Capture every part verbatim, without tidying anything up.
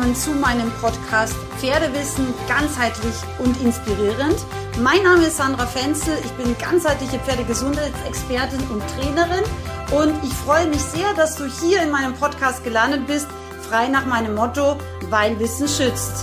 willkommen zu meinem Podcast Pferdewissen ganzheitlich und inspirierend. Mein Name ist Sandra Fenzel, ich bin ganzheitliche Pferdegesundheitsexpertin und Trainerin und ich freue mich sehr, dass du hier in meinem Podcast gelandet bist, frei nach meinem Motto, weil Wissen schützt.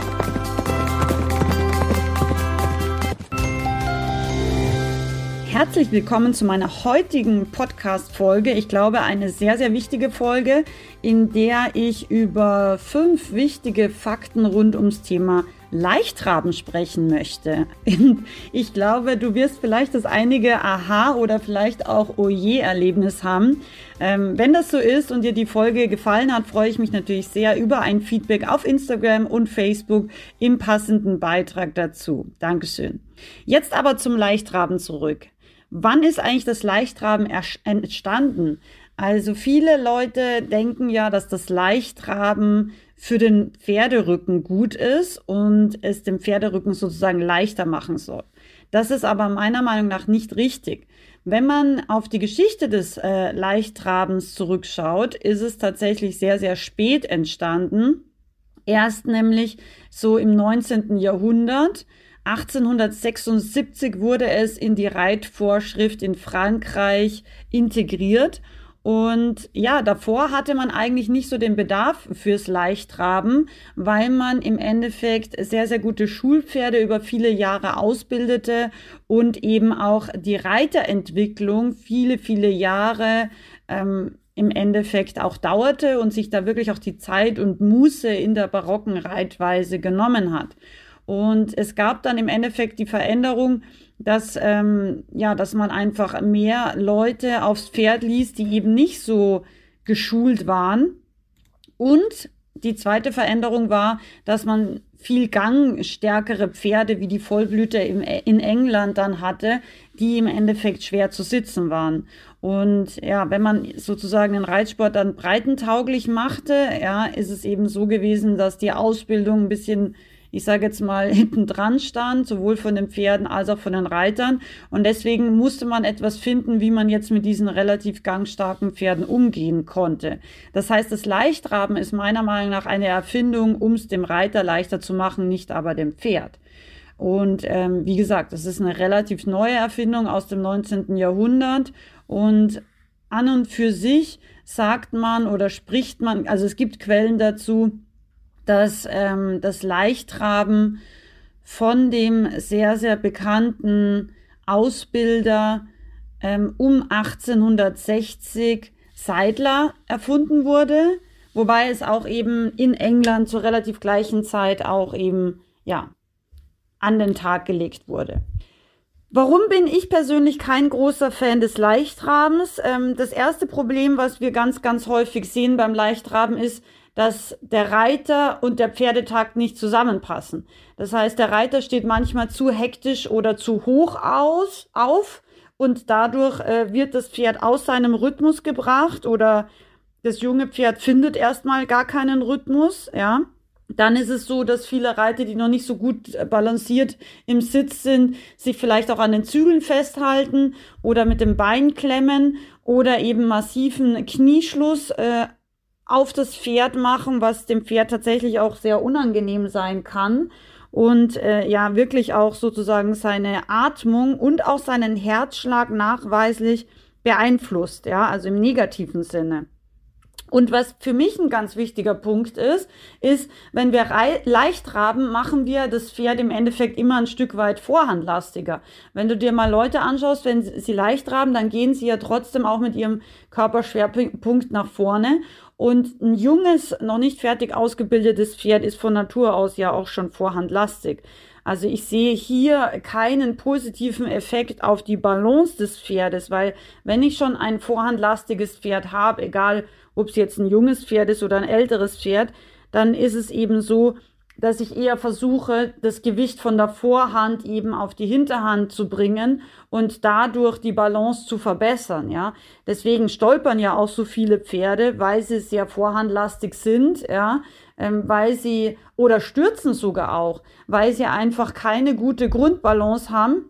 Herzlich willkommen zu meiner heutigen Podcast-Folge. Ich glaube, eine sehr, sehr wichtige Folge, in der ich über fünf wichtige Fakten rund ums Thema Leichtraben sprechen möchte. Ich glaube, du wirst vielleicht das einige Aha- oder vielleicht auch Oje-Erlebnis haben. Ähm, wenn das so ist und dir die Folge gefallen hat, freue ich mich natürlich sehr über ein Feedback auf Instagram und Facebook im passenden Beitrag dazu. Dankeschön. Jetzt aber zum Leichtraben zurück. Wann ist eigentlich das Leichtraben entstanden? Also viele Leute denken ja, dass das Leichtraben für den Pferderücken gut ist und es dem Pferderücken sozusagen leichter machen soll. Das ist aber meiner Meinung nach nicht richtig. Wenn man auf die Geschichte des äh, Leichtrabens zurückschaut, ist es tatsächlich sehr, sehr spät entstanden. Erst nämlich so im neunzehnten Jahrhundert. achtzehnhundertsechsundsiebzig wurde es in die Reitvorschrift in Frankreich integriert. Und ja, davor hatte man eigentlich nicht so den Bedarf fürs Leichtraben, weil man im Endeffekt sehr, sehr gute Schulpferde über viele Jahre ausbildete und eben auch die Reiterentwicklung viele, viele Jahre ähm, im Endeffekt auch dauerte und sich da wirklich auch die Zeit und Muße in der barocken Reitweise genommen hat. Und es gab dann im Endeffekt die Veränderung, dass, ähm, ja, dass man einfach mehr Leute aufs Pferd ließ, die eben nicht so geschult waren. Und die zweite Veränderung war, dass man viel gangstärkere Pferde wie die Vollblüter im, in England dann hatte, die im Endeffekt schwer zu sitzen waren. Und ja, wenn man sozusagen den Reitsport dann breitentauglich machte, ja, ist es eben so gewesen, dass die Ausbildung ein bisschen, ich sage jetzt mal, hinten dran stand, sowohl von den Pferden als auch von den Reitern. Und deswegen musste man etwas finden, wie man jetzt mit diesen relativ gangstarken Pferden umgehen konnte. Das heißt, das Leichtraben ist meiner Meinung nach eine Erfindung, um es dem Reiter leichter zu machen, nicht aber dem Pferd. Und ähm, wie gesagt, das ist eine relativ neue Erfindung aus dem neunzehnten Jahrhundert. Und an und für sich sagt man oder spricht man, also es gibt Quellen dazu, dass ähm, das Leichtraben von dem sehr, sehr bekannten Ausbilder ähm, um achtzehnhundertsechzig Seidler erfunden wurde, wobei es auch eben in England zur relativ gleichen Zeit auch eben, ja, an den Tag gelegt wurde. Warum bin ich persönlich kein großer Fan des Leichtrabens? Ähm, das erste Problem, was wir ganz, ganz häufig sehen beim Leichtraben, ist, dass der Reiter und der Pferdetakt nicht zusammenpassen. Das heißt, der Reiter steht manchmal zu hektisch oder zu hoch aus, auf und dadurch äh, wird das Pferd aus seinem Rhythmus gebracht oder das junge Pferd findet erstmal gar keinen Rhythmus, ja. Dann ist es so, dass viele Reiter, die noch nicht so gut balanciert im Sitz sind, sich vielleicht auch an den Zügeln festhalten oder mit dem Bein klemmen oder eben massiven Knieschluss äh, auf das Pferd machen, was dem Pferd tatsächlich auch sehr unangenehm sein kann und äh, ja wirklich auch sozusagen seine Atmung und auch seinen Herzschlag nachweislich beeinflusst, ja, also im negativen Sinne. Und was für mich ein ganz wichtiger Punkt ist, ist, wenn wir Leichtraben, machen wir das Pferd im Endeffekt immer ein Stück weit vorhandlastiger. Wenn du dir mal Leute anschaust, wenn sie Leichtraben, dann gehen sie ja trotzdem auch mit ihrem Körperschwerpunkt nach vorne. Und ein junges, noch nicht fertig ausgebildetes Pferd ist von Natur aus ja auch schon vorhandlastig. Also ich sehe hier keinen positiven Effekt auf die Balance des Pferdes, weil wenn ich schon ein vorhandlastiges Pferd habe, egal ob es jetzt ein junges Pferd ist oder ein älteres Pferd, dann ist es eben so, dass ich eher versuche, das Gewicht von der Vorhand eben auf die Hinterhand zu bringen und dadurch die Balance zu verbessern, ja. Deswegen stolpern ja auch so viele Pferde, weil sie sehr vorhandlastig sind, ja, ähm, weil sie, oder stürzen sogar auch, weil sie einfach keine gute Grundbalance haben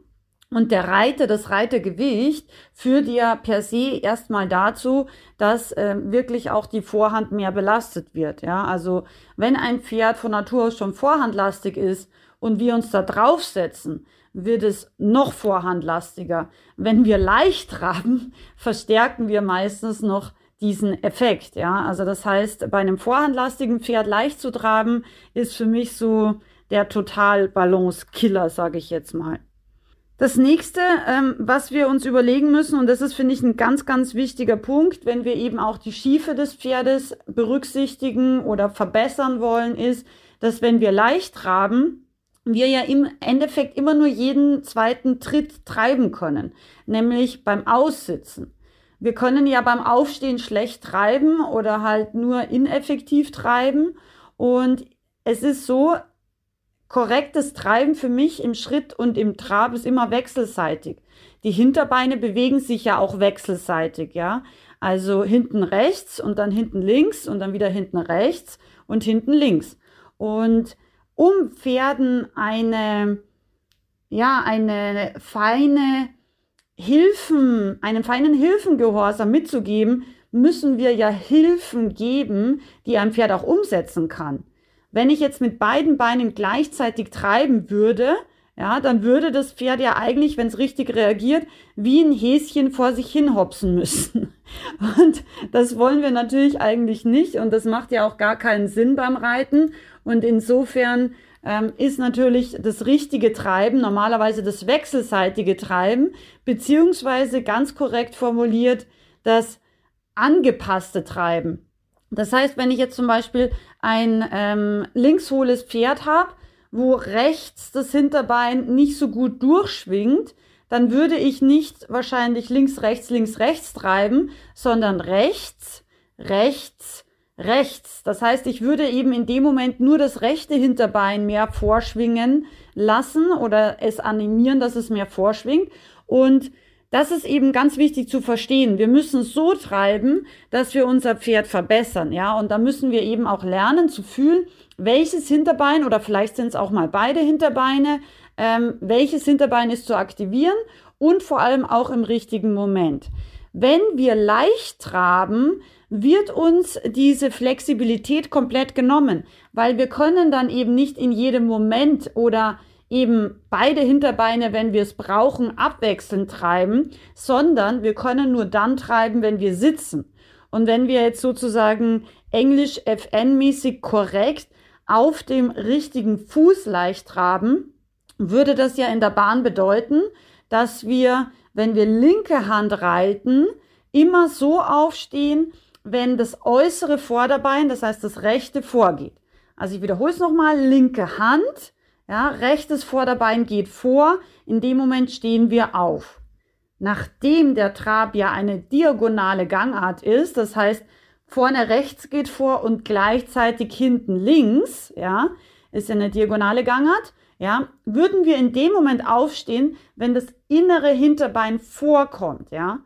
Und der Reiter, das Reitergewicht führt ja per se erstmal dazu, dass äh, wirklich auch die Vorhand mehr belastet wird. Ja, also wenn ein Pferd von Natur aus schon vorhandlastig ist und wir uns da draufsetzen, wird es noch vorhandlastiger. Wenn wir leicht traben, verstärken wir meistens noch diesen Effekt. Ja, also das heißt, bei einem vorhandlastigen Pferd leicht zu traben, ist für mich so der Total-Balance-Killer, sage ich jetzt mal. Das nächste, ähm, was wir uns überlegen müssen, und das ist, finde ich, ein ganz, ganz wichtiger Punkt, wenn wir eben auch die Schiefe des Pferdes berücksichtigen oder verbessern wollen, ist, dass wenn wir leicht traben, wir ja im Endeffekt immer nur jeden zweiten Tritt treiben können, nämlich beim Aussitzen. Wir können ja beim Aufstehen schlecht treiben oder halt nur ineffektiv treiben. Und es ist so, korrektes Treiben für mich im Schritt und im Trab ist immer wechselseitig. Die Hinterbeine bewegen sich ja auch wechselseitig, ja. Also hinten rechts und dann hinten links und dann wieder hinten rechts und hinten links. Und um Pferden eine, ja, eine feine Hilfen, einen feinen Hilfengehorsam mitzugeben, müssen wir ja Hilfen geben, die ein Pferd auch umsetzen kann. Wenn ich jetzt mit beiden Beinen gleichzeitig treiben würde, ja, dann würde das Pferd ja eigentlich, wenn es richtig reagiert, wie ein Häschen vor sich hin hopsen müssen. Und das wollen wir natürlich eigentlich nicht und das macht ja auch gar keinen Sinn beim Reiten. Und insofern ähm, ist natürlich das richtige Treiben, normalerweise das wechselseitige Treiben, beziehungsweise ganz korrekt formuliert, das angepasste Treiben. Das heißt, wenn ich jetzt zum Beispiel ein ähm, linkshohles Pferd habe, wo rechts das Hinterbein nicht so gut durchschwingt, dann würde ich nicht wahrscheinlich links, rechts, links, rechts treiben, sondern rechts, rechts, rechts. Das heißt, ich würde eben in dem Moment nur das rechte Hinterbein mehr vorschwingen lassen oder es animieren, dass es mehr vorschwingt. Und das ist eben ganz wichtig zu verstehen. Wir müssen so treiben, dass wir unser Pferd verbessern, ja. Und da müssen wir eben auch lernen zu fühlen, welches Hinterbein oder vielleicht sind es auch mal beide Hinterbeine, ähm, welches Hinterbein ist zu aktivieren und vor allem auch im richtigen Moment. Wenn wir leicht traben, wird uns diese Flexibilität komplett genommen, weil wir können dann eben nicht in jedem Moment oder eben beide Hinterbeine, wenn wir es brauchen, abwechselnd treiben, sondern wir können nur dann treiben, wenn wir sitzen. Und wenn wir jetzt sozusagen Englisch F N-mäßig korrekt auf dem richtigen Fuß leicht traben, würde das ja in der Bahn bedeuten, dass wir, wenn wir linke Hand reiten, immer so aufstehen, wenn das äußere Vorderbein, das heißt das rechte, vorgeht. Also ich wiederhole es nochmal, linke Hand, ja, rechtes Vorderbein geht vor, in dem Moment stehen wir auf. Nachdem der Trab ja eine diagonale Gangart ist, das heißt, vorne rechts geht vor und gleichzeitig hinten links, ja, ist ja eine diagonale Gangart, ja, würden wir in dem Moment aufstehen, wenn das innere Hinterbein vorkommt, ja.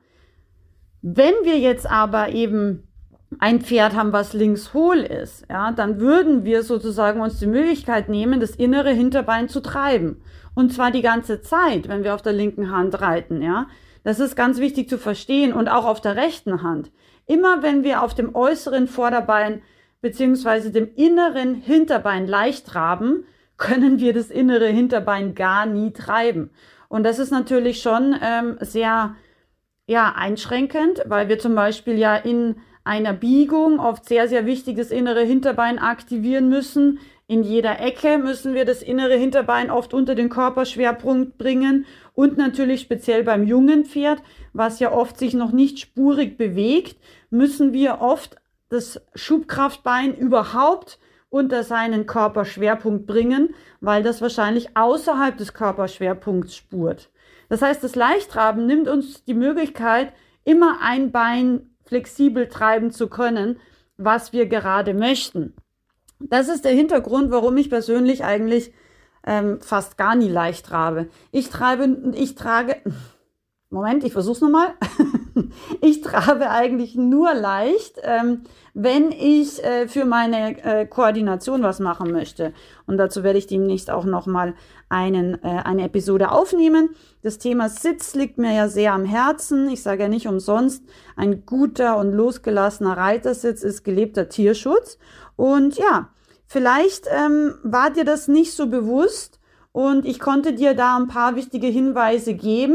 Wenn wir jetzt aber eben ein Pferd haben, was links hohl ist, ja, dann würden wir sozusagen uns die Möglichkeit nehmen, das innere Hinterbein zu treiben. Und zwar die ganze Zeit, wenn wir auf der linken Hand reiten, ja. Das ist ganz wichtig zu verstehen und auch auf der rechten Hand. Immer wenn wir auf dem äußeren Vorderbein beziehungsweise dem inneren Hinterbein leicht traben, können wir das innere Hinterbein gar nie treiben. Und das ist natürlich schon ähm, sehr, ja, einschränkend, weil wir zum Beispiel ja in einer Biegung oft sehr, sehr wichtig das innere Hinterbein aktivieren müssen. In jeder Ecke müssen wir das innere Hinterbein oft unter den Körperschwerpunkt bringen und natürlich speziell beim jungen Pferd, was ja oft sich noch nicht spurig bewegt, müssen wir oft das Schubkraftbein überhaupt unter seinen Körperschwerpunkt bringen, weil das wahrscheinlich außerhalb des Körperschwerpunkts spurt. Das heißt, das Leichttraben nimmt uns die Möglichkeit, immer ein Bein flexibel treiben zu können, was wir gerade möchten. Das ist der Hintergrund, warum ich persönlich eigentlich ähm, fast gar nie leicht trabe. Ich treibe, ich trage, Moment, ich versuch's nochmal. Ich trabe eigentlich nur leicht, ähm, wenn ich äh, für meine äh, Koordination was machen möchte. Und dazu werde ich demnächst auch nochmal einen, äh, eine Episode aufnehmen. Das Thema Sitz liegt mir ja sehr am Herzen. Ich sage ja nicht umsonst, ein guter und losgelassener Reitersitz ist gelebter Tierschutz. Und ja, vielleicht ähm, war dir das nicht so bewusst und ich konnte dir da ein paar wichtige Hinweise geben.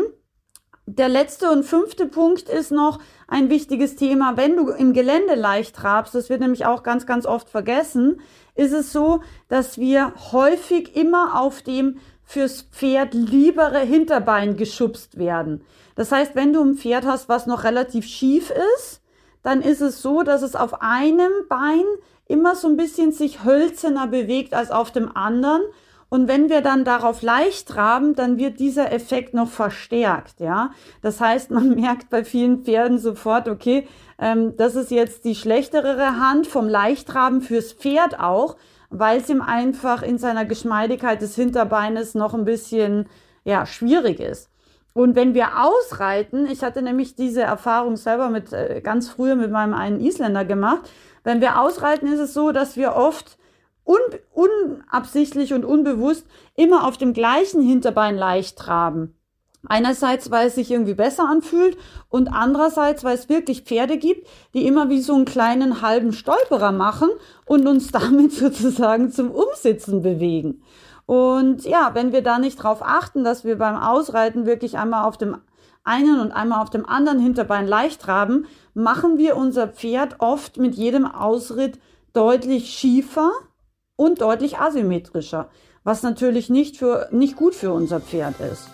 Der letzte und fünfte Punkt ist noch ein wichtiges Thema. Wenn du im Gelände leicht trabst, das wird nämlich auch ganz, ganz oft vergessen, ist es so, dass wir häufig immer auf dem fürs Pferd liebere Hinterbein geschubst werden. Das heißt, wenn du ein Pferd hast, was noch relativ schief ist, dann ist es so, dass es auf einem Bein immer so ein bisschen sich hölzerner bewegt als auf dem anderen. Und wenn wir dann darauf leicht traben, dann wird dieser Effekt noch verstärkt, ja. Das heißt, man merkt bei vielen Pferden sofort, okay, ähm, das ist jetzt die schlechtere Hand vom Leichttraben fürs Pferd auch, weil es ihm einfach in seiner Geschmeidigkeit des Hinterbeines noch ein bisschen, ja, schwierig ist. Und wenn wir ausreiten, ich hatte nämlich diese Erfahrung selber mit, äh, ganz früher mit meinem einen Isländer gemacht, wenn wir ausreiten, ist es so, dass wir oft un unabsichtlich und unbewusst immer auf dem gleichen Hinterbein leicht traben. Einerseits, weil es sich irgendwie besser anfühlt und andererseits, weil es wirklich Pferde gibt, die immer wie so einen kleinen halben Stolperer machen und uns damit sozusagen zum Umsitzen bewegen. Und ja, wenn wir da nicht drauf achten, dass wir beim Ausreiten wirklich einmal auf dem einen und einmal auf dem anderen Hinterbein leicht traben, machen wir unser Pferd oft mit jedem Ausritt deutlich schiefer und deutlich asymmetrischer, was natürlich nicht, für, nicht gut für unser Pferd ist.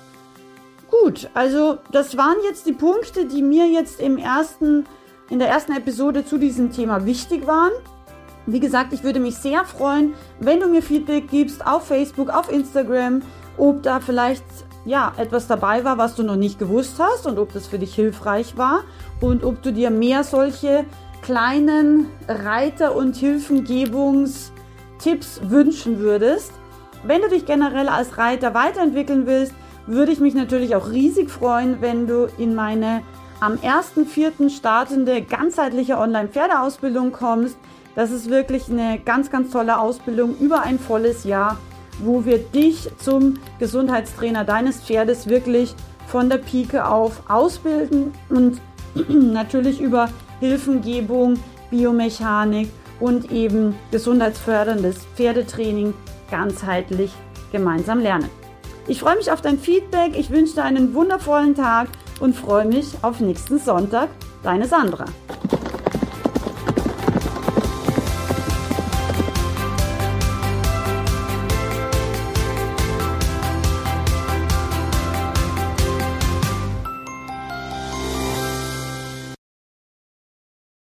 Gut, also das waren jetzt die Punkte, die mir jetzt im ersten, in der ersten Episode zu diesem Thema wichtig waren. Wie gesagt, ich würde mich sehr freuen, wenn du mir Feedback gibst auf Facebook, auf Instagram, ob da vielleicht ja, etwas dabei war, was du noch nicht gewusst hast und ob das für dich hilfreich war und ob du dir mehr solche kleinen Reiter- und Hilfengebungs- Tipps wünschen würdest. Wenn du dich generell als Reiter weiterentwickeln willst, würde ich mich natürlich auch riesig freuen, wenn du in meine am ersten vierten startende ganzheitliche Online-Pferdeausbildung kommst. Das ist wirklich eine ganz, ganz tolle Ausbildung über ein volles Jahr, wo wir dich zum Gesundheitstrainer deines Pferdes wirklich von der Pike auf ausbilden und natürlich über Hilfengebung, Biomechanik und eben gesundheitsförderndes Pferdetraining ganzheitlich gemeinsam lernen. Ich freue mich auf dein Feedback, ich wünsche dir einen wundervollen Tag und freue mich auf nächsten Sonntag. Deine Sandra.